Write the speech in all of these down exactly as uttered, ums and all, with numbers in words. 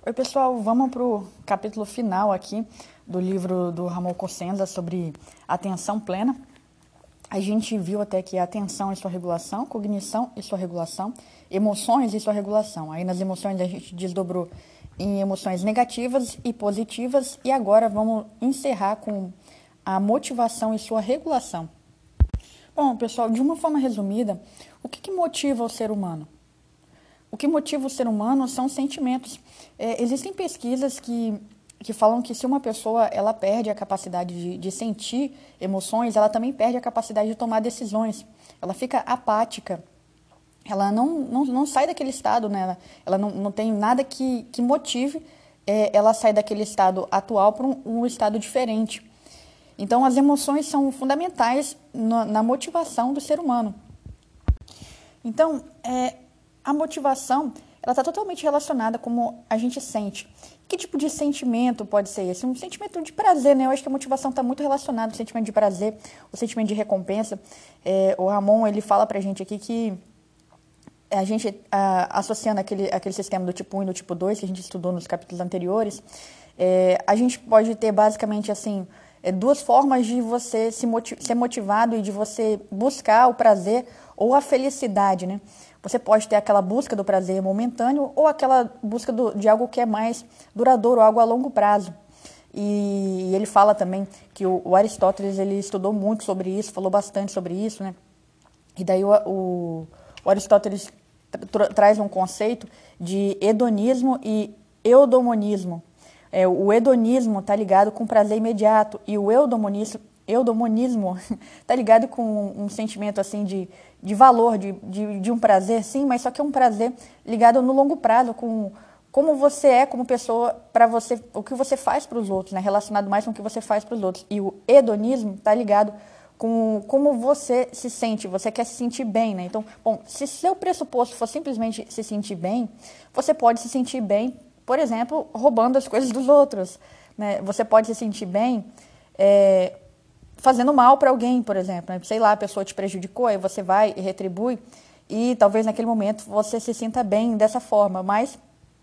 Oi, pessoal, vamos para o capítulo final aqui do livro do Ramon Cosenza sobre atenção plena. A gente viu até que a atenção e sua regulação, cognição e sua regulação, emoções e sua regulação. Aí nas emoções a gente desdobrou em emoções negativas e positivas e agora vamos encerrar com a motivação e sua regulação. Bom, pessoal, de uma forma resumida, o que, que motiva o ser humano? O que motiva o ser humano são sentimentos. É, existem pesquisas que, que falam que se uma pessoa ela perde a capacidade de, de sentir emoções, ela também perde a capacidade de tomar decisões. Ela fica apática. Ela não, não, não sai daquele estado, né? Ela, ela não, não tem nada que, que motive é, ela sair daquele estado atual para um, um estado diferente. Então, as emoções são fundamentais na, na motivação do ser humano. Então, é, a motivação ela está totalmente relacionada com como a gente sente. Que tipo de sentimento pode ser esse? Um sentimento de prazer, né? Eu acho que a motivação está muito relacionada ao sentimento de prazer, o sentimento de recompensa. É, o Ramon, ele fala para a gente aqui que a gente, a, associando aquele, aquele sistema do tipo um e do tipo dois, que a gente estudou nos capítulos anteriores, é, a gente pode ter basicamente assim, é, duas formas de você se motiv- ser motivado e de você buscar o prazer ou a felicidade, né? Você pode ter aquela busca do prazer momentâneo ou aquela busca do, de algo que é mais duradouro, algo a longo prazo. E, e ele fala também que o, o Aristóteles ele estudou muito sobre isso, falou bastante sobre isso, né? E daí o, o, o Aristóteles tra traz um conceito de hedonismo e eudomonismo. É, o hedonismo está ligado com prazer imediato e o eudomonismo eudomonismo está ligado com um sentimento assim de, de valor, de, de, de um prazer, sim, mas só que é um prazer ligado no longo prazo, com como você é como pessoa, para você, o que você faz para os outros, né, relacionado mais com o que você faz para os outros. E o hedonismo está ligado com como você se sente, você quer se sentir bem, né? Então, bom, se seu pressuposto for simplesmente se sentir bem, você pode se sentir bem, por exemplo, roubando as coisas dos outros, né? Você pode se sentir bem é, fazendo mal para alguém, por exemplo, né? Sei lá, a pessoa te prejudicou, aí você vai e retribui, e talvez naquele momento você se sinta bem dessa forma, mas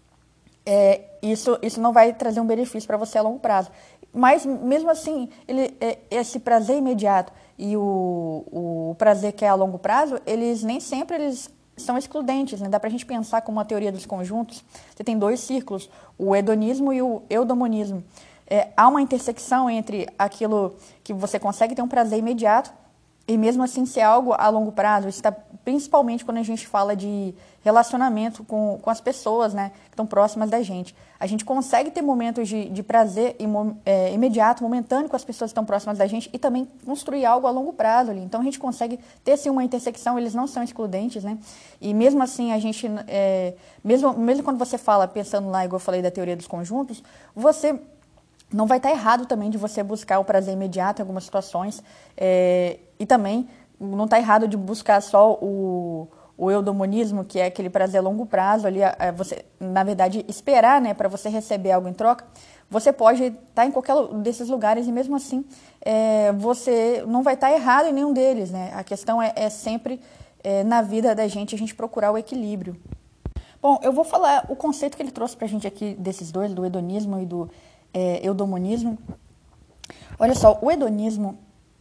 é, isso, isso não vai trazer um benefício para você a longo prazo. Mas, mesmo assim, ele, é, esse prazer imediato e o, o prazer que é a longo prazo, eles nem sempre eles são excludentes, né? Dá para a gente pensar como a teoria dos conjuntos. Você tem dois círculos, o hedonismo e o eudomonismo. É, há uma intersecção entre aquilo que você consegue ter um prazer imediato e mesmo assim ser algo a longo prazo. Isso está principalmente quando a gente fala de relacionamento com, com as pessoas, né, que estão próximas da gente. A gente consegue ter momentos de, de prazer imo, é, imediato, momentâneo com as pessoas que estão próximas da gente e também construir algo a longo prazo ali. Então a gente consegue ter sim uma intersecção, eles não são excludentes, né? E mesmo assim a gente, é, mesmo, mesmo quando você fala, pensando lá, igual eu falei da teoria dos conjuntos, você não vai estar errado também de você buscar o prazer imediato em algumas situações, é, e também não está errado de buscar só o, o eudomonismo, que é aquele prazer a longo prazo, ali, é, você, na verdade, esperar, né, para você receber algo em troca. Você pode estar em qualquer desses lugares e mesmo assim é, você não vai estar errado em nenhum deles, né? A questão é, é sempre, é, na vida da gente, a gente procurar o equilíbrio. Bom, eu vou falar o conceito que ele trouxe para a gente aqui desses dois, do hedonismo e do É, eudomonismo. Olha só, o hedonismo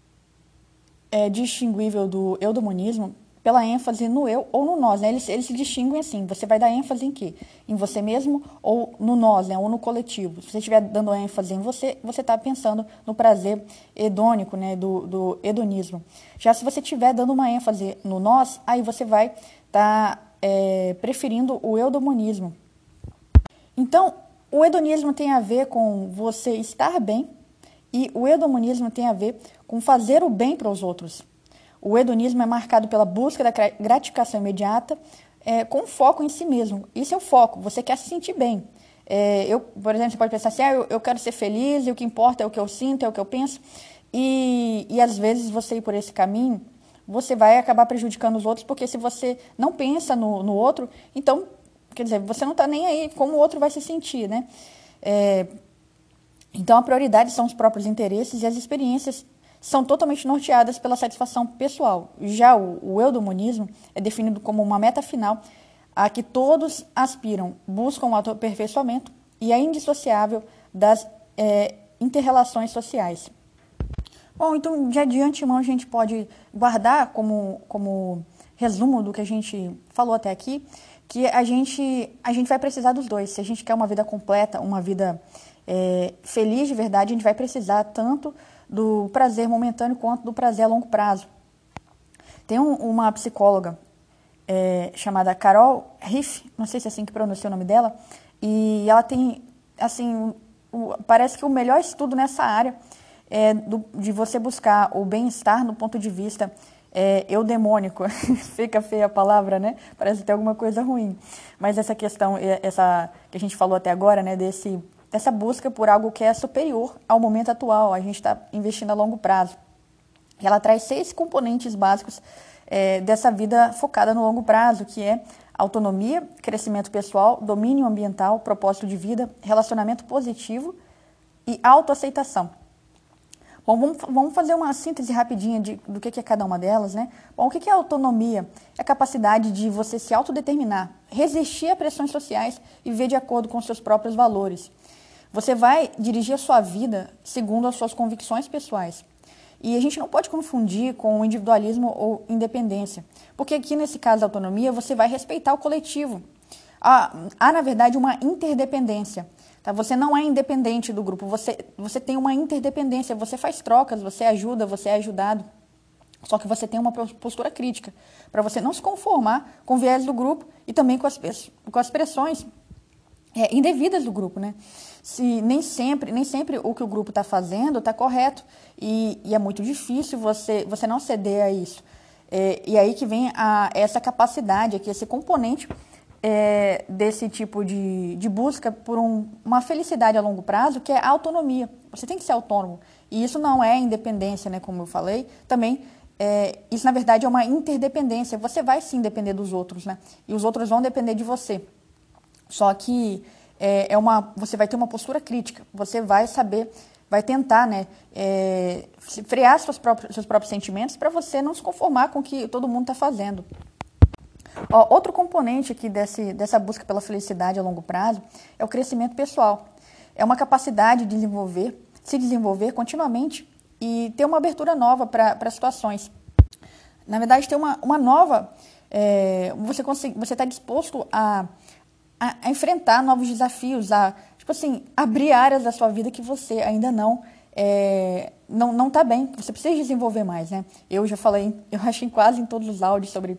é distinguível do eudomonismo pela ênfase no eu ou no nós, né? Eles, eles se distinguem assim. Você vai dar ênfase em quê? Em você mesmo ou no nós, né? Ou no coletivo. Se você estiver dando ênfase em você, você está pensando no prazer hedônico, né? Do, do hedonismo. Já se você estiver dando uma ênfase no nós, aí você vai estar tá, é, preferindo o eudomonismo. Então, o hedonismo tem a ver com você estar bem e o eudomonismo tem a ver com fazer o bem para os outros. O hedonismo é marcado pela busca da gratificação imediata é, com foco em si mesmo. Isso é o foco, você quer se sentir bem. É, eu, por exemplo, você pode pensar assim, ah, eu, eu quero ser feliz e o que importa é o que eu sinto, é o que eu penso. E, e às vezes você ir por esse caminho, você vai acabar prejudicando os outros, porque se você não pensa no, no outro, então... Quer dizer, você não está nem aí como o outro vai se sentir, né? É, então, a prioridade são os próprios interesses e as experiências são totalmente norteadas pela satisfação pessoal. Já o, o eudomonismo é definido como uma meta final a que todos aspiram, buscam o autoaperfeiçoamento e é indissociável das é, interrelações sociais. Bom, então, já de antemão, a gente pode guardar como, como resumo do que a gente falou até aqui, que a gente, a gente vai precisar dos dois. Se a gente quer uma vida completa, uma vida é, feliz de verdade, a gente vai precisar tanto do prazer momentâneo quanto do prazer a longo prazo. Tem um, uma psicóloga é, chamada Carol Riff, não sei se é assim que pronuncia o nome dela, e ela tem, assim, o, parece que o melhor estudo nessa área é do, de você buscar o bem-estar no ponto de vista é, eudemônico. Fica feia a palavra, né? Parece ter alguma coisa ruim. Mas essa questão, essa que a gente falou até agora, né, desse, dessa busca por algo que é superior ao momento atual, a gente está investindo a longo prazo. Ela traz seis componentes básicos é, dessa vida focada no longo prazo, que é autonomia, crescimento pessoal, domínio ambiental, propósito de vida, relacionamento positivo e autoaceitação. Bom, vamos, vamos fazer uma síntese rapidinha de, do que é cada uma delas, né? Bom, o que é autonomia? É a capacidade de você se autodeterminar, resistir a pressões sociais e viver de acordo com seus próprios valores. Você vai dirigir a sua vida segundo as suas convicções pessoais. E a gente não pode confundir com individualismo ou independência, porque aqui nesse caso da autonomia você vai respeitar o coletivo. Há, há na verdade, uma interdependência. Tá? Você não é independente do grupo, você, você tem uma interdependência, você faz trocas, você ajuda, você é ajudado. Só que você tem uma postura crítica, para você não se conformar com o viés do grupo e também com as, com as pressões é, indevidas do grupo, né? Se nem sempre, nem sempre o que o grupo está fazendo está correto e, e é muito difícil você, você não ceder a isso. É, e aí que vem a, essa capacidade, aqui, esse componente é, desse tipo de, de busca por um, uma felicidade a longo prazo, que é a autonomia. Você tem que ser autônomo. E isso não é independência, né, como eu falei. Também, é, isso na verdade é uma interdependência. Você vai sim depender dos outros, né? E os outros vão depender de você. Só que é, é uma, você vai ter uma postura crítica. Você vai saber, vai tentar, né, é, frear seus próprios, seus próprios sentimentos para você não se conformar com o que todo mundo está fazendo. Ó, outro componente aqui desse, dessa busca pela felicidade a longo prazo é o crescimento pessoal. É uma capacidade de desenvolver, se desenvolver continuamente e ter uma abertura nova para situações. Na verdade, ter uma, uma nova... É, você você está disposto a, a, a enfrentar novos desafios, a, tipo assim, abrir áreas da sua vida que você ainda não... É, não não está bem, você precisa desenvolver mais, né? Eu já falei, eu acho em quase em todos os áudios sobre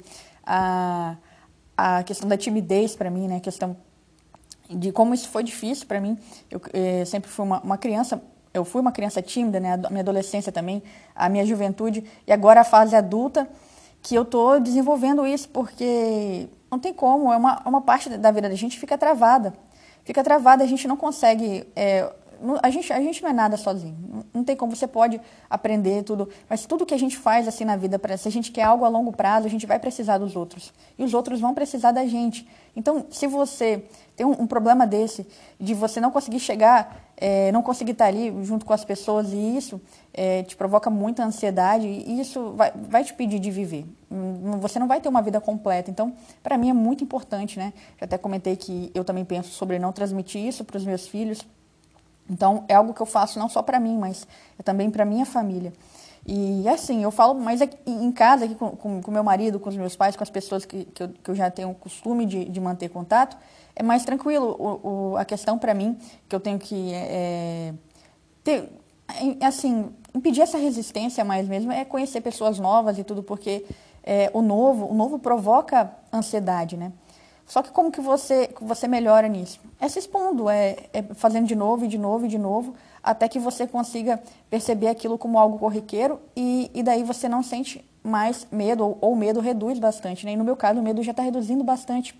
a, a questão da timidez para mim, né? A questão de como isso foi difícil para mim. Eu é, sempre fui uma, uma criança, eu fui uma criança tímida, né? A minha adolescência também, a minha juventude e agora a fase adulta, que eu estou desenvolvendo isso, porque não tem como, é uma, uma parte da vida da gente fica travada. Fica travada, a gente não consegue... É, A gente, a gente não é nada sozinho, não tem como, você pode aprender tudo, mas tudo que a gente faz assim na vida, se a gente quer algo a longo prazo, a gente vai precisar dos outros, e os outros vão precisar da gente. Então, se você tem um, um problema desse, de você não conseguir chegar, é, não conseguir estar ali junto com as pessoas, e isso é, te provoca muita ansiedade, e isso vai, vai te pedir de viver. Você não vai ter uma vida completa. Então, para mim é muito importante, né? Já até comentei que eu também penso sobre não transmitir isso para os meus filhos. Então, é algo que eu faço não só para mim, mas é também para minha família. E, assim, eu falo mais aqui, em casa, aqui, com o meu marido, com os meus pais, com as pessoas que, que, eu, que eu já tenho o costume de, de manter contato, é mais tranquilo. O, o, a questão para mim, que eu tenho que é, ter, assim, impedir essa resistência mais mesmo, é conhecer pessoas novas e tudo, porque é, o novo, o novo provoca ansiedade, né? Só que como que você, você melhora nisso? É se expondo, é, é fazendo de novo e de novo e de novo, até que você consiga perceber aquilo como algo corriqueiro e, e daí você não sente mais medo, ou, ou o medo reduz bastante, né? E no meu caso, o medo já está reduzindo bastante.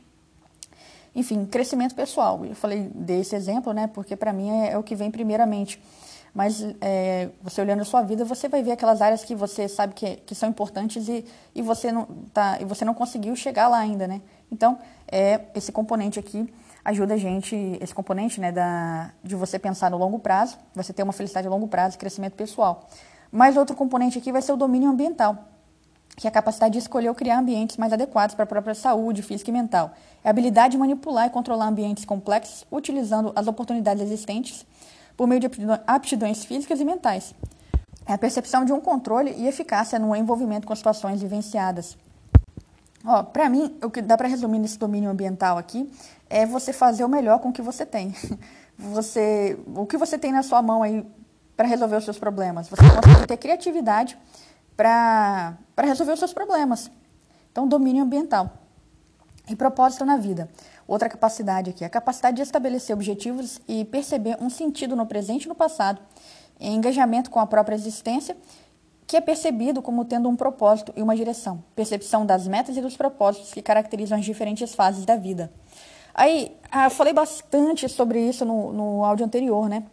Enfim, crescimento pessoal. Eu falei desse exemplo, né? Porque para mim é, é o que vem primeiramente. Mas é, você olhando a sua vida, você vai ver aquelas áreas que você sabe que, que são importantes e, e, você não tá, e você não conseguiu chegar lá ainda, né? Então, é, esse componente aqui ajuda a gente, esse componente, né, da, de você pensar no longo prazo, você ter uma felicidade a longo prazo, crescimento pessoal. Mas outro componente aqui vai ser o domínio ambiental. que é a capacidade de escolher ou criar ambientes mais adequados para a própria saúde física e mental. É a habilidade de manipular e controlar ambientes complexos, utilizando as oportunidades existentes por meio de aptidões físicas e mentais. É a percepção de um controle e eficácia no envolvimento com situações vivenciadas. Para mim, o que dá para resumir nesse domínio ambiental aqui é você fazer o melhor com o que você tem. Você, o que você tem na sua mão aí para resolver os seus problemas. Você consegue ter criatividade para resolver os seus problemas. Então, domínio ambiental. E propósito na vida. Outra capacidade aqui, a capacidade de estabelecer objetivos e perceber um sentido no presente e no passado. Engajamento com a própria existência, que é percebido como tendo um propósito e uma direção. Percepção das metas e dos propósitos que caracterizam as diferentes fases da vida. Aí, eu falei bastante sobre isso no, no áudio anterior, né?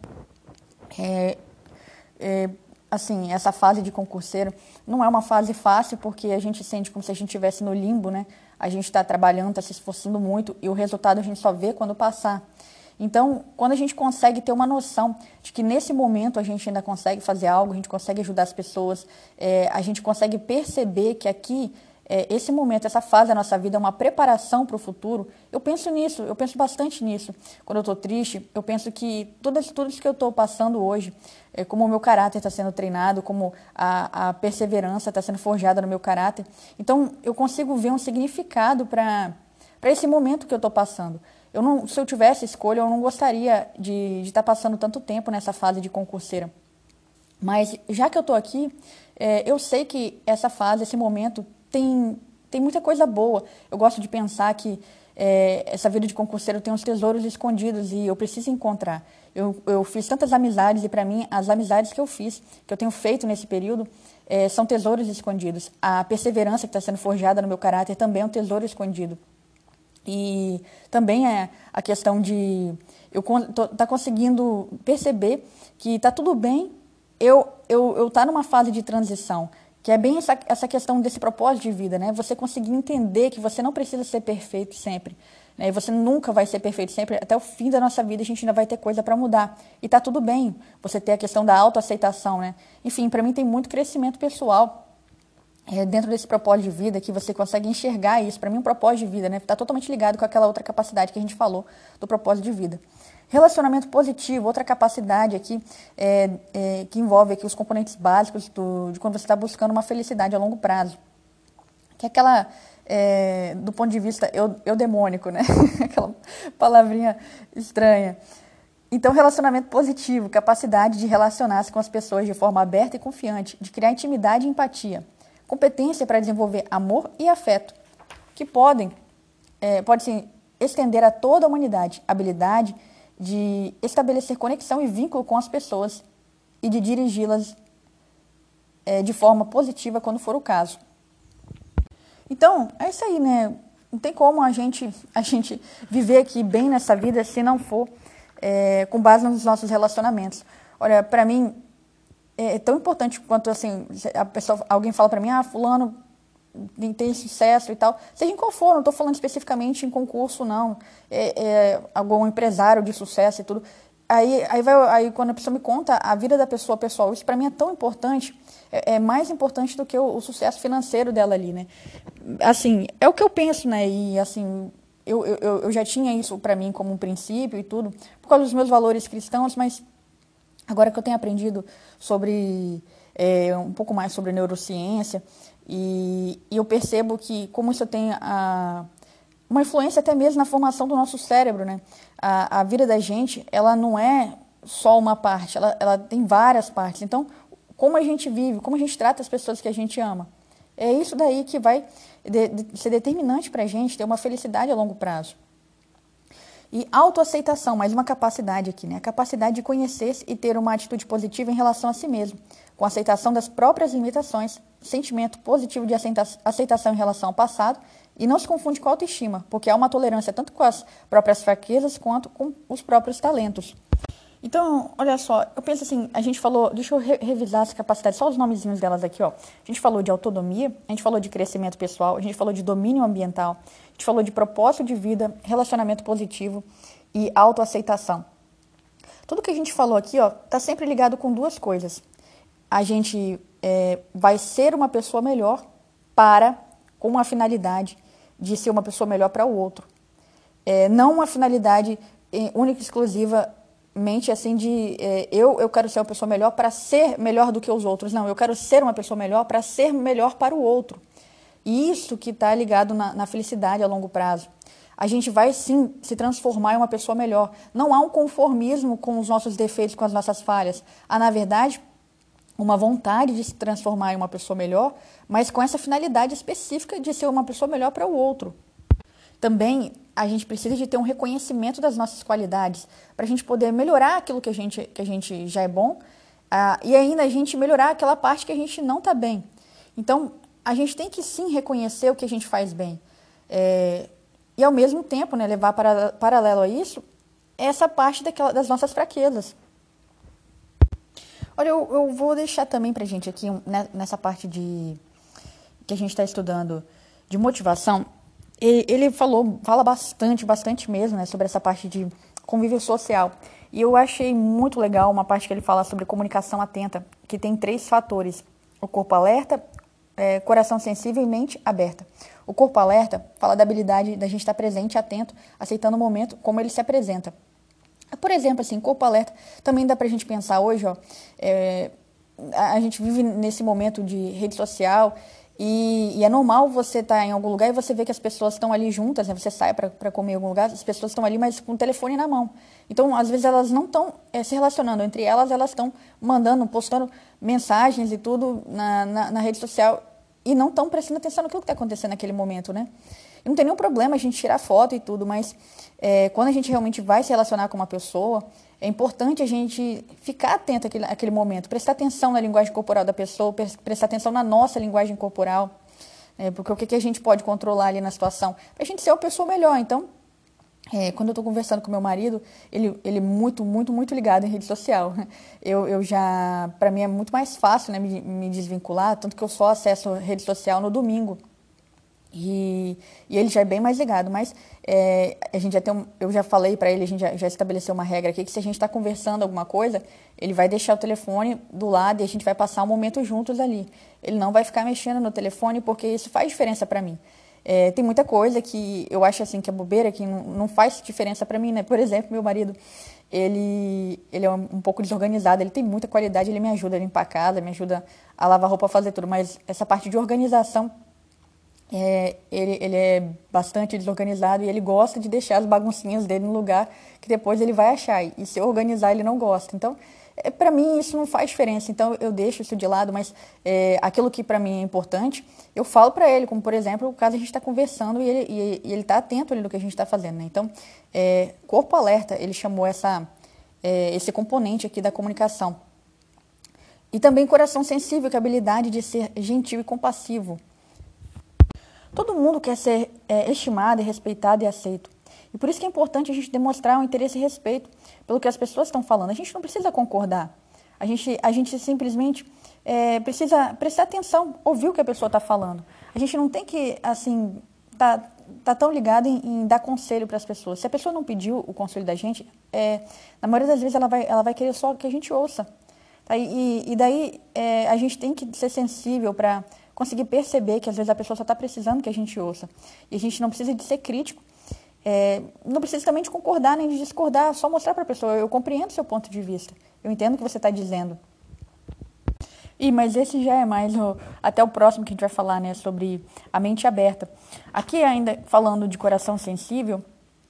É, é, assim, essa fase de concurseiro não é uma fase fácil, porque a gente sente como se a gente estivesse no limbo, né? A gente está trabalhando, está se esforçando muito, e o resultado a gente só vê quando passar. Então, quando a gente consegue ter uma noção de que nesse momento a gente ainda consegue fazer algo, a gente consegue ajudar as pessoas, é, a gente consegue perceber que aqui, é, esse momento, essa fase da nossa vida é uma preparação para o futuro, eu penso nisso, eu penso bastante nisso. Quando eu estou triste, eu penso que tudo, tudo isso que eu estou passando hoje, é, como o meu caráter está sendo treinado, como a, a perseverança está sendo forjada no meu caráter, então eu consigo ver um significado para para esse momento que eu estou passando. Eu não, se eu tivesse escolha, eu não gostaria de estar tá passando tanto tempo nessa fase de concurseira. Mas, já que eu estou aqui, é, eu sei que essa fase, esse momento, tem, tem muita coisa boa. Eu gosto de pensar que é, essa vida de concurseiro tem uns tesouros escondidos e eu preciso encontrar. Eu, eu fiz tantas amizades e, para mim, as amizades que eu fiz, que eu tenho feito nesse período, é, são tesouros escondidos. A perseverança que está sendo forjada no meu caráter também é um tesouro escondido. E também é a questão de eu estar tá conseguindo perceber que está tudo bem eu eu eu estar tá numa fase de transição, que é bem essa, essa questão desse propósito de vida, né? Você conseguir entender que você não precisa ser perfeito sempre, né? E você nunca vai ser perfeito sempre, até o fim da nossa vida a gente ainda vai ter coisa para mudar. E está tudo bem você ter a questão da autoaceitação, né? Enfim, para mim tem muito crescimento pessoal É, dentro desse propósito de vida, que você consegue enxergar isso. Para mim, um propósito de vida, né? Está totalmente ligado com aquela outra capacidade que a gente falou do propósito de vida. Relacionamento positivo, outra capacidade aqui, é, é, que envolve aqui os componentes básicos do, de quando você está buscando uma felicidade a longo prazo. Que é aquela, é, do ponto de vista eu, eudemônico, né? Aquela palavrinha estranha. Então, relacionamento positivo, capacidade de relacionar-se com as pessoas de forma aberta e confiante, de criar intimidade e empatia. Competência para desenvolver amor e afeto, que podem, é, pode se estender a toda a humanidade. Habilidade de estabelecer conexão e vínculo com as pessoas e de dirigi-las é, de forma positiva quando for o caso. Então, é isso aí, né? Não tem como a gente, a gente viver aqui bem nessa vida se não for é, com base nos nossos relacionamentos. Olha, para mim, é tão importante quanto, assim, a pessoa, alguém fala para mim, ah, fulano tem sucesso e tal, seja em qual for, não estou falando especificamente em concurso, não, é, é, algum empresário de sucesso e tudo. Aí, aí, vai, aí quando a pessoa me conta a vida da pessoa pessoal, isso para mim é tão importante, é, é mais importante do que o, o sucesso financeiro dela ali, né? Assim, é o que eu penso, né? E assim, eu, eu, eu já tinha isso para mim como um princípio e tudo, por causa dos meus valores cristãos, mas agora que eu tenho aprendido sobre, é, um pouco mais sobre neurociência, e, e eu percebo que como isso tem a, uma influência até mesmo na formação do nosso cérebro, né? A, a vida da gente, ela não é só uma parte, ela, ela tem várias partes. Então, como a gente vive, como a gente trata as pessoas que a gente ama, é isso daí que vai de, de, ser determinante para a gente ter uma felicidade a longo prazo. E autoaceitação, mais uma capacidade aqui, né? A capacidade de conhecer-se e ter uma atitude positiva em relação a si mesmo, com aceitação das próprias limitações, sentimento positivo de aceitação em relação ao passado, e não se confunde com a autoestima, porque há uma tolerância tanto com as próprias fraquezas quanto com os próprios talentos. Então, olha só, eu penso assim, a gente falou, deixa eu re revisar essa capacidade, só os nomezinhos delas aqui, ó. A gente falou de autonomia, a gente falou de crescimento pessoal, a gente falou de domínio ambiental, a gente falou de propósito de vida, relacionamento positivo e autoaceitação. Tudo que a gente falou aqui, ó, tá sempre ligado com duas coisas. A gente é, vai ser uma pessoa melhor para com uma finalidade de ser uma pessoa melhor para o outro. É, não uma finalidade única e exclusivamente assim de é, eu, eu quero ser uma pessoa melhor para ser melhor do que os outros. Não, eu quero ser uma pessoa melhor para ser melhor para o outro. E isso que está ligado na, na felicidade a longo prazo. A gente vai, sim, se transformar em uma pessoa melhor. Não há um conformismo com os nossos defeitos, com as nossas falhas. Há, na verdade, uma vontade de se transformar em uma pessoa melhor, mas com essa finalidade específica de ser uma pessoa melhor para o outro. Também a gente precisa de ter um reconhecimento das nossas qualidades para a gente poder melhorar aquilo que a gente, que a gente já é bom uh, e ainda a gente melhorar aquela parte que a gente não está bem. Então, a gente tem que sim reconhecer o que a gente faz bem. É, e ao mesmo tempo, né, levar para, paralelo a isso, essa parte daquela, das nossas fraquezas. Olha, eu, eu vou deixar também para a gente aqui, né, nessa parte de que a gente está estudando de motivação, ele, ele falou, fala bastante, bastante mesmo, né, sobre essa parte de convívio social. E eu achei muito legal uma parte que ele fala sobre comunicação atenta, que tem três fatores: o corpo alerta, é, coração sensível e mente aberta. O corpo alerta fala da habilidade da gente estar presente, atento, aceitando o momento como ele se apresenta. Por exemplo, assim, corpo alerta, também dá pra gente pensar hoje, ó, é, a gente vive nesse momento de rede social e, e é normal você estar em algum lugar e você vê que as pessoas estão ali juntas, né? Você sai para comer em algum lugar, as pessoas estão ali, mas com o telefone na mão. Então, às vezes, elas não estão é, se relacionando entre elas, elas estão mandando, postando mensagens e tudo na, na, na rede social e não estão prestando atenção naquilo que está acontecendo naquele momento, né? E não tem nenhum problema a gente tirar foto e tudo, mas é, quando a gente realmente vai se relacionar com uma pessoa, é importante a gente ficar atento àquele, àquele momento, prestar atenção na linguagem corporal da pessoa, prestar atenção na nossa linguagem corporal, é, porque o que, que a gente pode controlar ali na situação? Para a gente ser uma pessoa melhor. Então, é, quando eu estou conversando com meu marido, ele, ele é muito, muito, muito ligado em rede social. Eu, eu já, para mim é muito mais fácil, né, me, me desvincular, tanto que eu só acesso rede social no domingo. E, e ele já é bem mais ligado, mas é, a gente já tem um, eu já falei para ele, a gente já, já estabeleceu uma regra aqui, que se a gente está conversando alguma coisa, ele vai deixar o telefone do lado e a gente vai passar um momento juntos ali. Ele não vai ficar mexendo no telefone, porque isso faz diferença para mim. É, tem muita coisa que eu acho assim que é bobeira, que não, não faz diferença para mim, né? Por exemplo, meu marido, ele, ele é um, um pouco desorganizado, ele tem muita qualidade, ele me ajuda a limpar a casa, me ajuda a lavar roupa, a fazer tudo, mas essa parte de organização, É, ele, ele é bastante desorganizado e ele gosta de deixar as baguncinhas dele no lugar que depois ele vai achar. E se eu organizar, ele não gosta. Então, é, para mim, isso não faz diferença. Então, eu deixo isso de lado, mas é, aquilo que para mim é importante, eu falo para ele, como, por exemplo, o caso a gente está conversando e ele está atento ali no que a gente está fazendo, né? Então, é, corpo alerta, ele chamou essa, é, esse componente aqui da comunicação. E também coração sensível, que é a habilidade de ser gentil e compassivo. Todo mundo quer ser é, estimado, respeitado e aceito. E por isso que é importante a gente demonstrar um interesse e respeito pelo que as pessoas estão falando. A gente não precisa concordar. A gente, a gente simplesmente é, precisa prestar atenção, ouvir o que a pessoa está falando. A gente não tem que, assim, tá, tá tão ligado em, em dar conselho para as pessoas. Se a pessoa não pediu o conselho da gente, é, na maioria das vezes ela vai, ela vai querer só que a gente ouça. Tá? E, e daí é, a gente tem que ser sensível para conseguir perceber que às vezes a pessoa só está precisando que a gente ouça. E a gente não precisa de ser crítico, é, não precisa também de concordar nem de discordar, só mostrar para a pessoa: eu compreendo seu ponto de vista, eu entendo o que você está dizendo. E, mas esse já é mais o, até o próximo que a gente vai falar, né, sobre a mente aberta. Aqui ainda falando de coração sensível,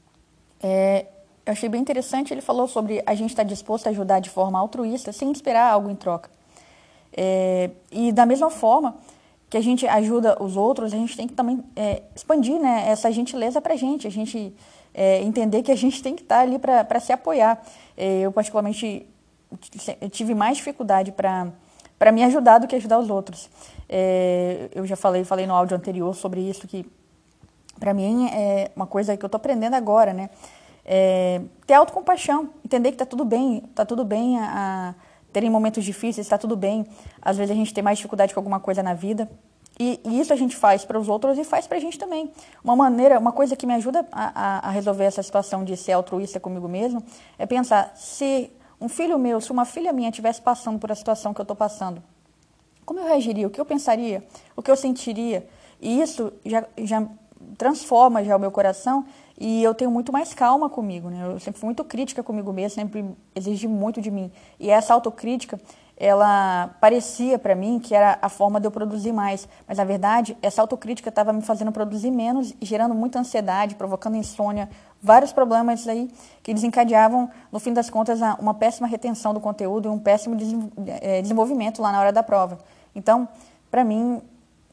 é, eu achei bem interessante, ele falou sobre a gente estar disposto a ajudar de forma altruísta sem esperar algo em troca. É, e da mesma forma que a gente ajuda os outros, a gente tem que também é, expandir, né, essa gentileza para a gente, a gente é, entender que a gente tem que estar ali para se apoiar. É, eu, particularmente, eu tive mais dificuldade para para me ajudar do que ajudar os outros. É, eu já falei, falei no áudio anterior sobre isso, que para mim é uma coisa que eu estou aprendendo agora, né? É, ter autocompaixão, entender que está tudo bem, está tudo bem a, a terem momentos difíceis, está tudo bem. Às vezes a gente tem mais dificuldade com alguma coisa na vida. E, e isso a gente faz para os outros e faz para a gente também. Uma maneira, uma coisa que me ajuda a, a, a resolver essa situação de ser altruísta comigo mesmo é pensar: se um filho meu, se uma filha minha estivesse passando por a situação que eu estou passando, como eu reagiria? O que eu pensaria? O que eu sentiria? E isso já, já transforma já o meu coração e eu tenho muito mais calma comigo, né? Eu sempre fui muito crítica comigo mesma, sempre exigi muito de mim. E essa autocrítica, ela parecia para mim que era a forma de eu produzir mais. Mas, na verdade, essa autocrítica estava me fazendo produzir menos e gerando muita ansiedade, provocando insônia, vários problemas aí que desencadeavam, no fim das contas, uma péssima retenção do conteúdo e um péssimo desenvolvimento lá na hora da prova. Então, para mim,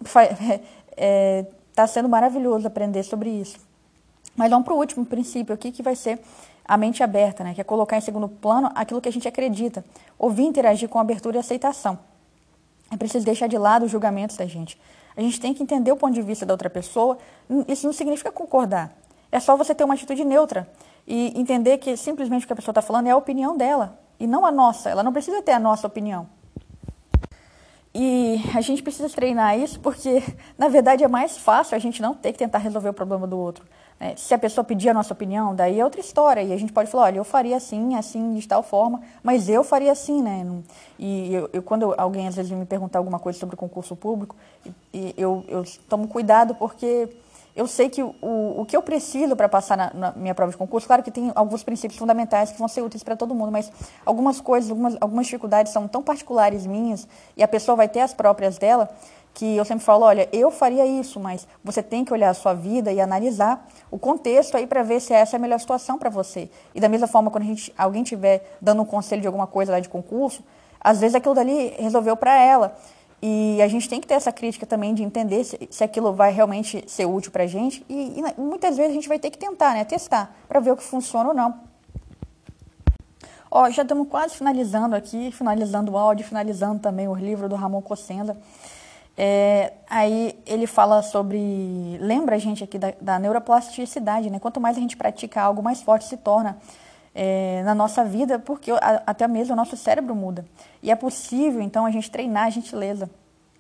está sendo maravilhoso aprender sobre isso. Mas vamos para o último princípio aqui, que vai ser a mente aberta, né? Que é colocar em segundo plano aquilo que a gente acredita, ouvir e interagir com abertura e aceitação. É preciso deixar de lado os julgamentos da gente. A gente tem que entender o ponto de vista da outra pessoa. Isso não significa concordar. É só você ter uma atitude neutra e entender que simplesmente o que a pessoa está falando é a opinião dela e não a nossa. Ela não precisa ter a nossa opinião. E a gente precisa treinar isso porque, na verdade, é mais fácil a gente não ter que tentar resolver o problema do outro. Né? Se a pessoa pedir a nossa opinião, daí é outra história. E a gente pode falar, olha, eu faria assim, assim, de tal forma, mas eu faria assim, né? E eu, eu, quando alguém, às vezes, me perguntar alguma coisa sobre concurso público, eu, eu tomo cuidado porque eu sei que o, o que eu preciso para passar na, na minha prova de concurso, claro que tem alguns princípios fundamentais que vão ser úteis para todo mundo, mas algumas coisas, algumas, algumas dificuldades são tão particulares minhas e a pessoa vai ter as próprias dela, que eu sempre falo, olha, eu faria isso, mas você tem que olhar a sua vida e analisar o contexto aí para ver se essa é a melhor situação para você. E da mesma forma, quando a gente, alguém estiver dando um conselho de alguma coisa lá de concurso, às vezes aquilo dali resolveu para ela. E a gente tem que ter essa crítica também de entender se, se aquilo vai realmente ser útil para a gente. E, e muitas vezes a gente vai ter que tentar, né, testar, para ver o que funciona ou não. Ó, já estamos quase finalizando aqui, finalizando o áudio, finalizando também o livro do Ramon Cossenda. É, aí ele fala sobre, lembra a gente aqui da, da neuroplasticidade, né? Quanto mais a gente pratica algo, mais forte se torna é, na nossa vida, porque a, até mesmo o nosso cérebro muda. E é possível, então, a gente treinar a gentileza.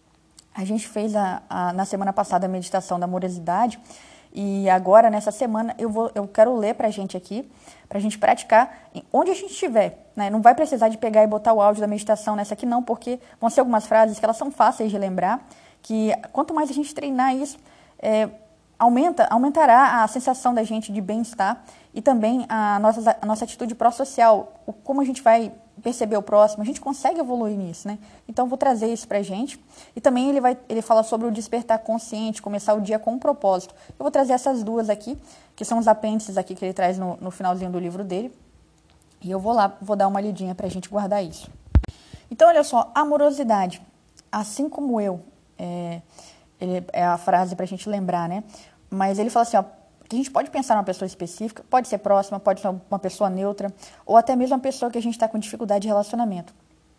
A gente fez a, a, na semana passada a meditação da amorosidade e agora, nessa semana, eu, vou, eu quero ler para a gente aqui, para a gente praticar onde a gente estiver. Né? Não vai precisar de pegar e botar o áudio da meditação nessa aqui não, porque vão ser algumas frases que elas são fáceis de lembrar, que quanto mais a gente treinar isso, é, aumenta, aumentará a sensação da gente de bem-estar e também a nossa, a nossa atitude pró-social, o, como a gente vai perceber o próximo, a gente consegue evoluir nisso, né? Então, vou trazer isso pra gente. E também ele, vai, ele fala sobre o despertar consciente, começar o dia com um propósito. Eu vou trazer essas duas aqui, que são os apêndices aqui que ele traz no, no finalzinho do livro dele. E eu vou lá, vou dar uma lidinha pra gente guardar isso. Então, olha só, amorosidade, assim como eu, é, ele, é a frase pra gente lembrar, né? Mas ele fala assim, ó, que a gente pode pensar numa pessoa específica, pode ser próxima, pode ser uma pessoa neutra, ou até mesmo uma pessoa que a gente está com dificuldade de relacionamento.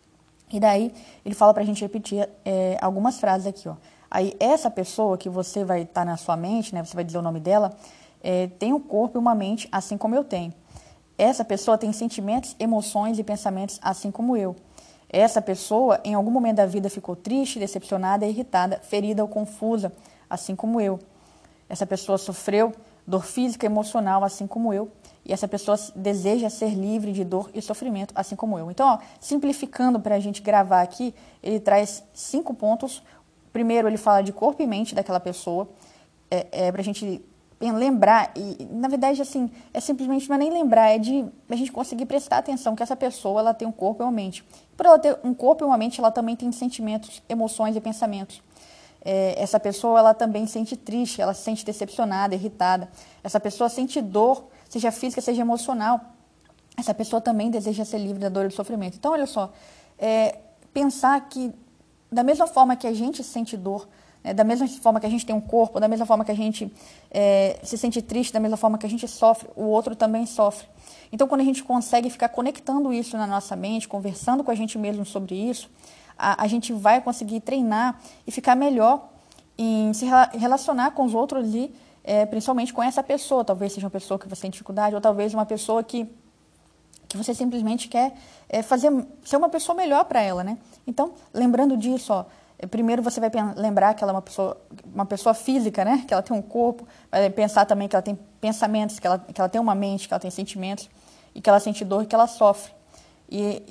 E daí, ele fala para a gente repetir é, algumas frases aqui, ó. Aí, essa pessoa que você vai estar tá na sua mente, né, você vai dizer o nome dela, é, tem um corpo e uma mente assim como eu tenho. Essa pessoa tem sentimentos, emoções e pensamentos assim como eu. Essa pessoa, em algum momento da vida, ficou triste, decepcionada, irritada, ferida ou confusa, assim como eu. Essa pessoa sofreu dor física e emocional, assim como eu. E essa pessoa deseja ser livre de dor e sofrimento, assim como eu. Então, ó, simplificando para a gente gravar aqui, ele traz cinco pontos. Primeiro, ele fala de corpo e mente daquela pessoa, é, é para a gente lembrar, e na verdade, assim, é simplesmente, não é nem lembrar, é de a gente conseguir prestar atenção que essa pessoa, ela tem um corpo e uma mente. Por ela ter um corpo e uma mente, ela também tem sentimentos, emoções e pensamentos. É, essa pessoa, ela também sente triste, ela se sente decepcionada, irritada. Essa pessoa sente dor, seja física, seja emocional. Essa pessoa também deseja ser livre da dor e do sofrimento. Então, olha só, é, pensar que da mesma forma que a gente sente dor, né, da mesma forma que a gente tem um corpo, da mesma forma que a gente é, se sente triste, da mesma forma que a gente sofre, o outro também sofre. Então, quando a gente consegue ficar conectando isso na nossa mente, conversando com a gente mesmo sobre isso, a, a gente vai conseguir treinar e ficar melhor em se relacionar com os outros ali, é, principalmente com essa pessoa. Talvez seja uma pessoa que você tem dificuldade, ou talvez uma pessoa que, que você simplesmente quer é, fazer, ser uma pessoa melhor para ela, né? Então, lembrando disso, ó, primeiro você vai lembrar que ela é uma pessoa, uma pessoa física, né? Que ela tem um corpo, vai pensar também que ela tem pensamentos, que ela, que ela tem uma mente, que ela tem sentimentos, e que ela sente dor e que ela sofre. E,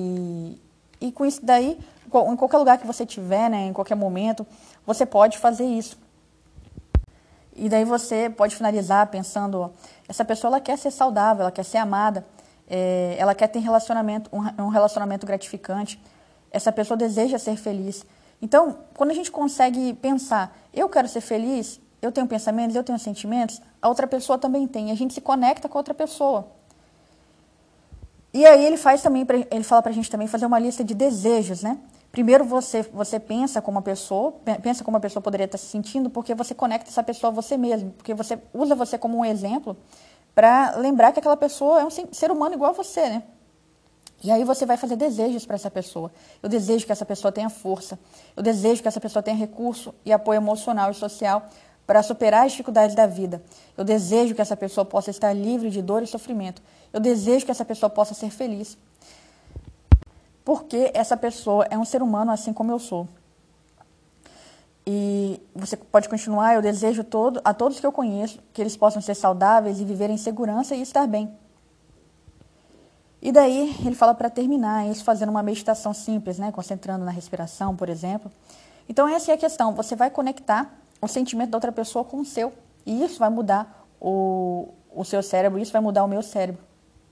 e, e com isso daí, em qualquer lugar que você estiver, né, em qualquer momento, você pode fazer isso. E daí você pode finalizar pensando, essa pessoa ela quer ser saudável, ela quer ser amada, é, ela quer ter relacionamento, um, um relacionamento gratificante, essa pessoa deseja ser feliz. Então, quando a gente consegue pensar, eu quero ser feliz, eu tenho pensamentos, eu tenho sentimentos, a outra pessoa também tem, e a gente se conecta com a outra pessoa. E aí ele faz também, ele fala pra gente também fazer uma lista de desejos, né? Primeiro você, você pensa como a pessoa, pensa como a pessoa poderia estar se sentindo, porque você conecta essa pessoa a você mesmo, porque você usa você como um exemplo para lembrar que aquela pessoa é um ser humano igual a você, né? E aí você vai fazer desejos para essa pessoa. Eu desejo que essa pessoa tenha força, eu desejo que essa pessoa tenha recurso e apoio emocional e social para superar as dificuldades da vida. Eu desejo que essa pessoa possa estar livre de dor e sofrimento. Eu desejo que essa pessoa possa ser feliz. Porque essa pessoa é um ser humano assim como eu sou. E você pode continuar, eu desejo todo, a todos que eu conheço que eles possam ser saudáveis e viver em segurança e estar bem. E daí ele fala para terminar isso fazendo uma meditação simples, né? Concentrando na respiração, por exemplo. Então essa é a questão, você vai conectar o sentimento da outra pessoa com o seu. E isso vai mudar o, o seu cérebro, isso vai mudar o meu cérebro.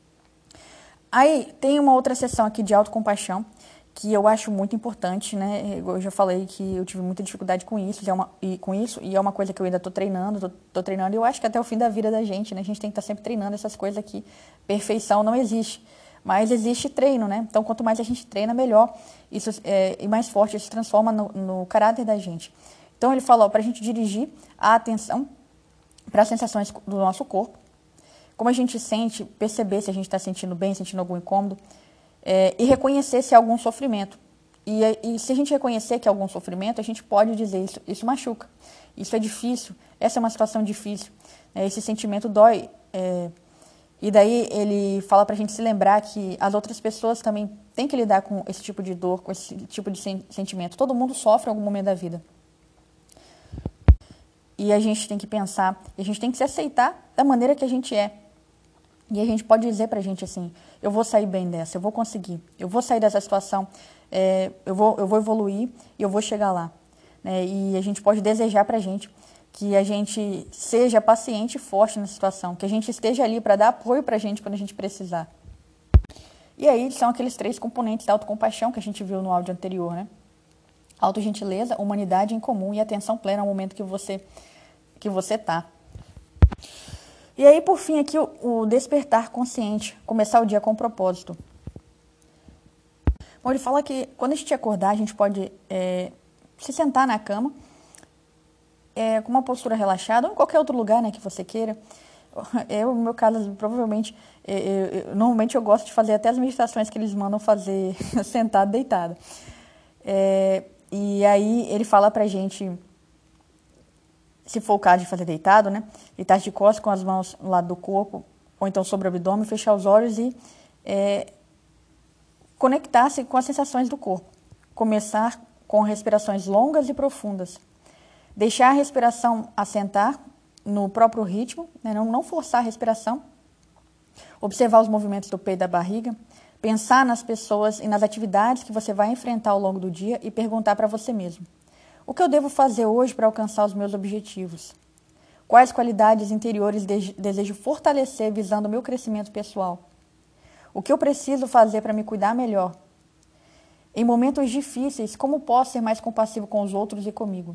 Aí tem uma outra sessão aqui de autocompaixão, que eu acho muito importante, né? Eu já falei que eu tive muita dificuldade com isso, é uma, e, com isso, e é uma coisa que eu ainda estou treinando, estou treinando, e eu acho que até o fim da vida da gente, né? A gente tem que estar sempre treinando essas coisas aqui. Perfeição não existe, mas existe treino, né? Então, quanto mais a gente treina, melhor isso, é, e mais forte isso se transforma no, no caráter da gente. Então, ele falou para a gente dirigir a atenção para as sensações do nosso corpo, como a gente sente, perceber se a gente está sentindo bem, sentindo algum incômodo, é, e reconhecer se há algum sofrimento. E, e se a gente reconhecer que há algum sofrimento, a gente pode dizer, isso, isso machuca, isso é difícil, essa é uma situação difícil, é, esse sentimento dói. É, e daí ele fala para a gente se lembrar que as outras pessoas também têm que lidar com esse tipo de dor, com esse tipo de sen- sentimento. Todo mundo sofre em algum momento da vida. E a gente tem que pensar, a gente tem que se aceitar da maneira que a gente é. E a gente pode dizer pra gente assim, eu vou sair bem dessa, eu vou conseguir, eu vou sair dessa situação, é, eu, vou, eu vou evoluir e eu vou chegar lá. Né? E a gente pode desejar pra gente que a gente seja paciente e forte na situação, que a gente esteja ali para dar apoio pra gente quando a gente precisar. E aí são aqueles três componentes da autocompaixão que a gente viu no áudio anterior, né? Autogentileza, humanidade em comum e atenção plena ao momento que você que você está. E aí, por fim, aqui o, o despertar consciente, começar o dia com propósito. Bom, ele fala que quando a gente acordar, a gente pode é, se sentar na cama, é, com uma postura relaxada, ou em qualquer outro lugar, né, que você queira. Eu, no meu caso, provavelmente, eu, eu, normalmente eu gosto de fazer até as meditações que eles mandam fazer sentado, deitado. É, e aí ele fala pra gente, se for o caso de fazer deitado, né? Deitar de costas com as mãos no lado do corpo, ou então sobre o abdômen, fechar os olhos e é, conectar-se com as sensações do corpo. Começar com respirações longas e profundas. Deixar a respiração assentar no próprio ritmo, né? não, não forçar a respiração. Observar os movimentos do peito e da barriga. Pensar nas pessoas e nas atividades que você vai enfrentar ao longo do dia e perguntar para você mesmo. O que eu devo fazer hoje para alcançar os meus objetivos? Quais qualidades interiores desejo fortalecer visando o meu crescimento pessoal? O que eu preciso fazer para me cuidar melhor? Em momentos difíceis, como posso ser mais compassivo com os outros e comigo?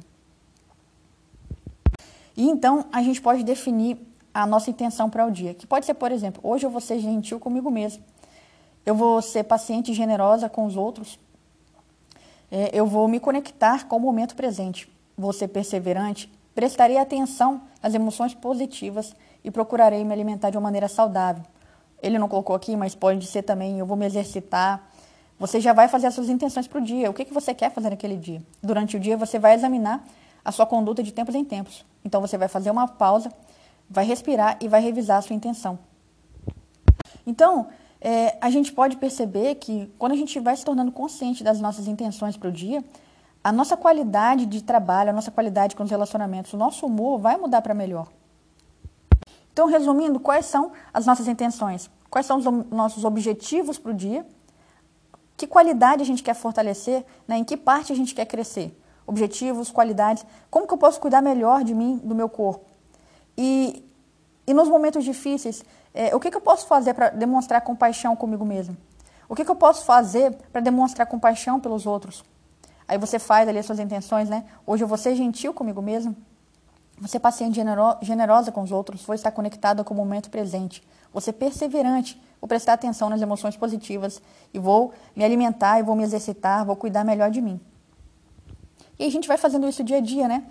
E então, a gente pode definir a nossa intenção para o dia, que pode ser, por exemplo, hoje eu vou ser gentil comigo mesmo. Eu vou ser paciente e generosa com os outros. Eu vou me conectar com o momento presente. Vou ser perseverante, prestarei atenção às emoções positivas e procurarei me alimentar de uma maneira saudável. Ele não colocou aqui, mas pode ser também, eu vou me exercitar. Você já vai fazer as suas intenções para o dia. O que, que você quer fazer naquele dia? Durante o dia, você vai examinar a sua conduta de tempos em tempos. Então, você vai fazer uma pausa, vai respirar e vai revisar a sua intenção. Então, É, a gente pode perceber que quando a gente vai se tornando consciente das nossas intenções para o dia, a nossa qualidade de trabalho, a nossa qualidade com os relacionamentos, o nosso humor vai mudar para melhor. Então, resumindo, quais são as nossas intenções? Quais são os nossos objetivos para o dia? Que qualidade a gente quer fortalecer? Né? Em que parte a gente quer crescer? Objetivos, qualidades. Como que eu posso cuidar melhor de mim, do meu corpo? E, e nos momentos difíceis, é, o que, que eu posso fazer para demonstrar compaixão comigo mesmo? O que, que eu posso fazer para demonstrar compaixão pelos outros? Aí você faz ali as suas intenções, né? Hoje eu vou ser gentil comigo mesmo, vou ser paciente, genero, generosa com os outros, vou estar conectada com o momento presente, vou ser perseverante, vou prestar atenção nas emoções positivas e vou me alimentar e vou me exercitar, vou cuidar melhor de mim. E a gente vai fazendo isso dia a dia, né?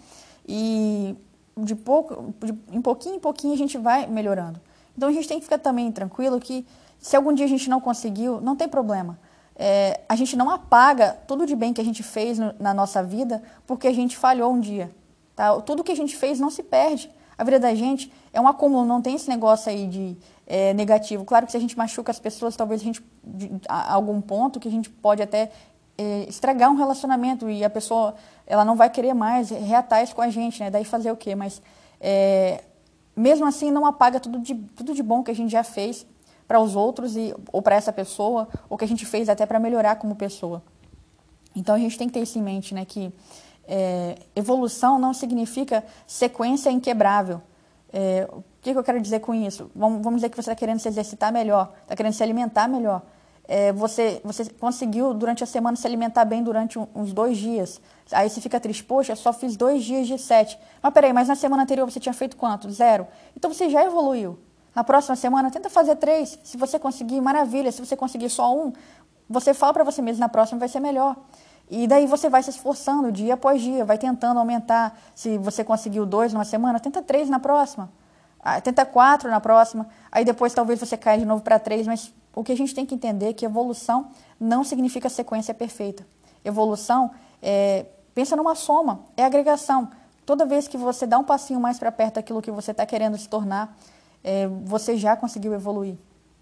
E de pouco, de, em pouquinho em pouquinho a gente vai melhorando. Então a gente tem que ficar também tranquilo que se algum dia a gente não conseguiu, não tem problema. É, a gente não apaga tudo de bem que a gente fez no, na nossa vida porque a gente falhou um dia. Tá? Tudo que a gente fez não se perde. A vida da gente é um acúmulo, não tem esse negócio aí de é, negativo. Claro que se a gente machuca as pessoas, talvez a gente, de, a, a algum ponto que a gente pode até é, estragar um relacionamento e a pessoa ela não vai querer mais reatar isso com a gente, né? Daí fazer o quê? Mas é, mesmo assim não apaga tudo de, tudo de bom que a gente já fez para os outros e, ou para essa pessoa, ou que a gente fez até para melhorar como pessoa. Então a gente tem que ter isso em mente, né? Que é, evolução não significa sequência inquebrável. É, o que, que eu quero dizer com isso? Vamos, vamos dizer que você está querendo se exercitar melhor, está querendo se alimentar melhor. É, você, você conseguiu durante a semana se alimentar bem durante um, uns dois dias. Aí você fica triste, poxa, só fiz dois dias de sete. Mas peraí, mas na semana anterior você tinha feito quanto? Zero. Então você já evoluiu. Na próxima semana, tenta fazer três. Se você conseguir, maravilha. Se você conseguir só um, você fala para você mesmo, na próxima vai ser melhor. E daí você vai se esforçando dia após dia, vai tentando aumentar. Se você conseguiu dois numa semana, tenta três na próxima. Tenta quatro na próxima. Aí depois talvez você caia de novo para três. Mas o que a gente tem que entender é que evolução não significa sequência perfeita. Evolução, é, pensa numa soma, é agregação. Toda vez que você dá um passinho mais para perto daquilo que você está querendo se tornar, É, você já conseguiu evoluir.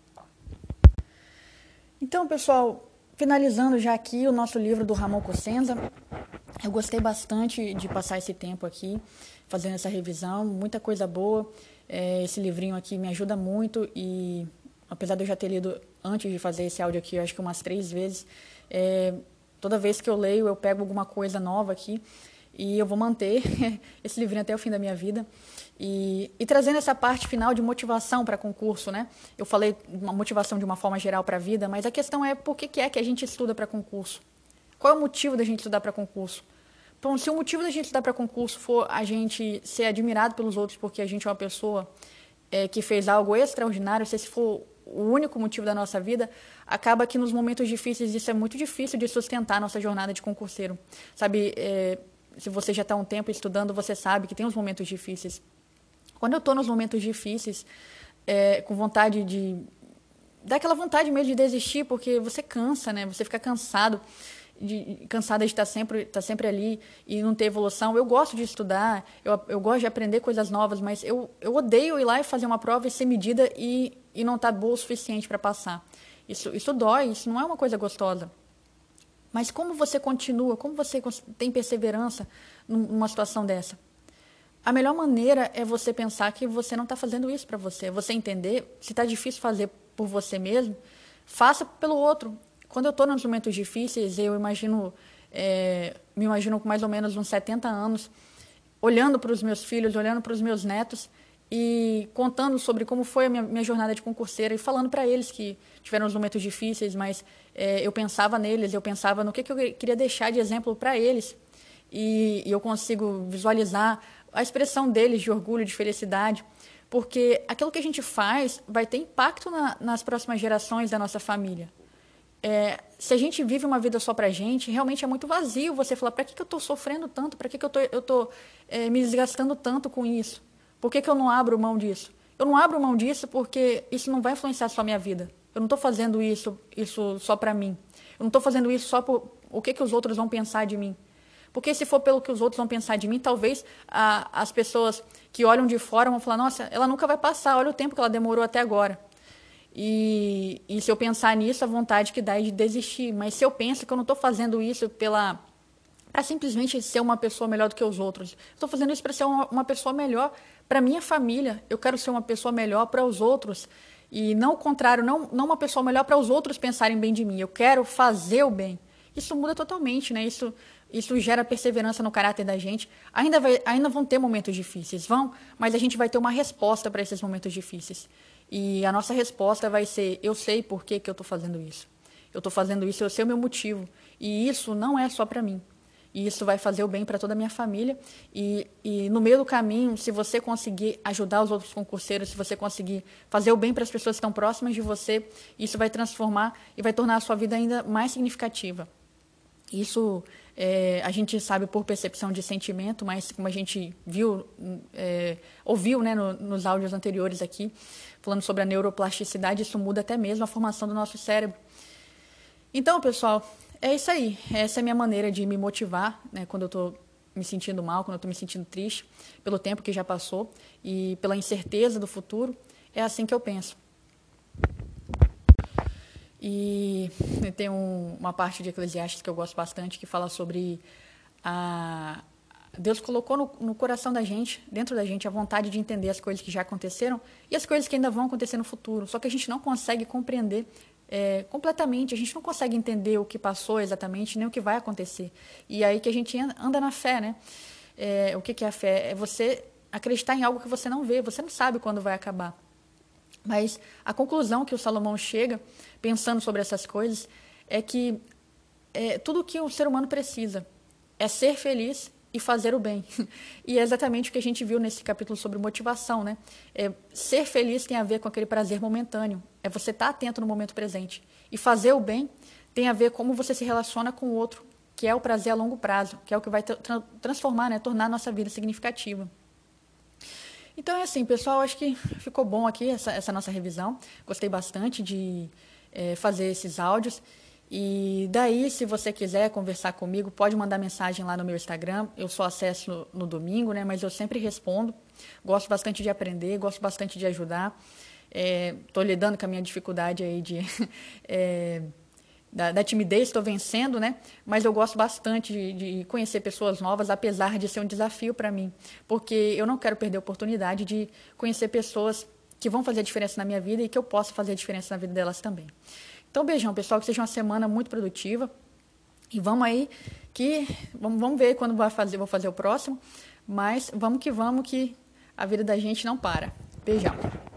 Então, pessoal, finalizando já aqui o nosso livro do Ramon Cosenza, eu gostei bastante de passar esse tempo aqui, fazendo essa revisão, muita coisa boa. É, esse livrinho aqui me ajuda muito e, apesar de eu já ter lido antes de fazer esse áudio aqui, eu acho que umas três vezes, é, toda vez que eu leio, eu pego alguma coisa nova aqui e eu vou manter esse livrinho até o fim da minha vida. E, e trazendo essa parte final de motivação para concurso, né? Eu falei uma motivação de uma forma geral para a vida, mas a questão é por que, que é que a gente estuda para concurso? Qual é o motivo da gente estudar para concurso? Bom, se o motivo da gente estudar para concurso for a gente ser admirado pelos outros porque a gente é uma pessoa é, que fez algo extraordinário, se esse for o único motivo da nossa vida, acaba que nos momentos difíceis isso é muito difícil de sustentar a nossa jornada de concurseiro. Sabe, é, se você já está um tempo estudando, você sabe que tem uns momentos difíceis. Quando eu estou nos momentos difíceis, é, com vontade de... dá aquela vontade mesmo de desistir, porque você cansa, né? Você fica cansado, de, cansada de estar sempre, estar sempre ali e não ter evolução. Eu gosto de estudar, eu, eu gosto de aprender coisas novas, mas eu, eu odeio ir lá e fazer uma prova e ser medida e, e não estar boa o suficiente para passar. Isso, isso dói, isso não é uma coisa gostosa. Mas como você continua, como você tem perseverança numa situação dessa? A melhor maneira é você pensar que você não está fazendo isso para você. Você entender, se está difícil fazer por você mesmo, faça pelo outro. Quando eu estou nos momentos difíceis, eu imagino, é, me imagino com mais ou menos uns setenta anos, olhando para os meus filhos, olhando para os meus netos e contando sobre como foi a minha, minha jornada de concurseira e falando para eles que tiveram os momentos difíceis, mas é, eu pensava neles, eu pensava no que, que eu queria deixar de exemplo para eles. E, e eu consigo visualizar a expressão deles de orgulho, de felicidade, porque aquilo que a gente faz vai ter impacto na, nas próximas gerações da nossa família. É, se a gente vive uma vida só pra gente, realmente é muito vazio você falar, para que, que eu estou sofrendo tanto? Para que, que eu tô, estou é, me desgastando tanto com isso? Por que, que eu não abro mão disso? Eu não abro mão disso porque isso não vai influenciar só a minha vida. Eu não estou fazendo isso, isso só para mim. Eu não estou fazendo isso só por o que, que os outros vão pensar de mim. Porque se for pelo que os outros vão pensar de mim, talvez a, as pessoas que olham de fora vão falar, nossa, ela nunca vai passar, olha o tempo que ela demorou até agora. E, e se eu pensar nisso, a vontade que dá é de desistir. Mas se eu penso que eu não estou fazendo isso pela para simplesmente ser uma pessoa melhor do que os outros, estou fazendo isso para ser uma, uma pessoa melhor para minha família, eu quero ser uma pessoa melhor para os outros. E não o contrário, não, não uma pessoa melhor para os outros pensarem bem de mim, eu quero fazer o bem. Isso muda totalmente, né? Isso isso gera perseverança no caráter da gente. Ainda, vai, ainda vão ter momentos difíceis, vão, mas a gente vai ter uma resposta para esses momentos difíceis. E a nossa resposta vai ser, eu sei por que, que eu estou fazendo isso. Eu estou fazendo isso, eu sei o meu motivo. E isso não é só para mim. E isso vai fazer o bem para toda a minha família. E, e no meio do caminho, se você conseguir ajudar os outros concurseiros, se você conseguir fazer o bem para as pessoas que estão próximas de você, isso vai transformar e vai tornar a sua vida ainda mais significativa. Isso é, a gente sabe por percepção de sentimento, mas como a gente viu, é, ouviu, né, no, nos áudios anteriores aqui, falando sobre a neuroplasticidade, isso muda até mesmo a formação do nosso cérebro. Então, pessoal, é isso aí. Essa é a minha maneira de me motivar, né, quando eu estou me sentindo mal, quando eu estou me sentindo triste, pelo tempo que já passou e pela incerteza do futuro. É assim que eu penso. E tem um, uma parte de Eclesiastes que eu gosto bastante, que fala sobre a... Deus colocou no, no coração da gente, dentro da gente, a vontade de entender as coisas que já aconteceram e as coisas que ainda vão acontecer no futuro. Só que a gente não consegue compreender é, completamente, a gente não consegue entender o que passou exatamente, nem o que vai acontecer. E é aí que a gente anda na fé, né? É, o que, que é a fé? É você acreditar em algo que você não vê, você não sabe quando vai acabar. Mas a conclusão que o Salomão chega, pensando sobre essas coisas, é que é, tudo o que o ser humano precisa é ser feliz e fazer o bem. E é exatamente o que a gente viu nesse capítulo sobre motivação, né? É, ser feliz tem a ver com aquele prazer momentâneo, é você estar atento no momento presente. E fazer o bem tem a ver com como você se relaciona com o outro, que é o prazer a longo prazo, que é o que vai tra- transformar, né? Tornar a nossa vida significativa. Então é assim, pessoal, acho que ficou bom aqui essa, essa nossa revisão. Gostei bastante de é, fazer esses áudios. E daí, se você quiser conversar comigo, pode mandar mensagem lá no meu Instagram. Eu só acesso no, no domingo, né? Mas eu sempre respondo. Gosto bastante de aprender, gosto bastante de ajudar. Estou é, lidando com a minha dificuldade aí de... é, Da, da timidez, estou vencendo, né? Mas eu gosto bastante de, de conhecer pessoas novas, apesar de ser um desafio para mim, porque eu não quero perder a oportunidade de conhecer pessoas que vão fazer a diferença na minha vida e que eu possa fazer a diferença na vida delas também. Então, beijão, pessoal, que seja uma semana muito produtiva e vamos aí que vamos, vamos ver quando vai fazer, vou fazer o próximo, mas vamos que vamos que a vida da gente não para. Beijão.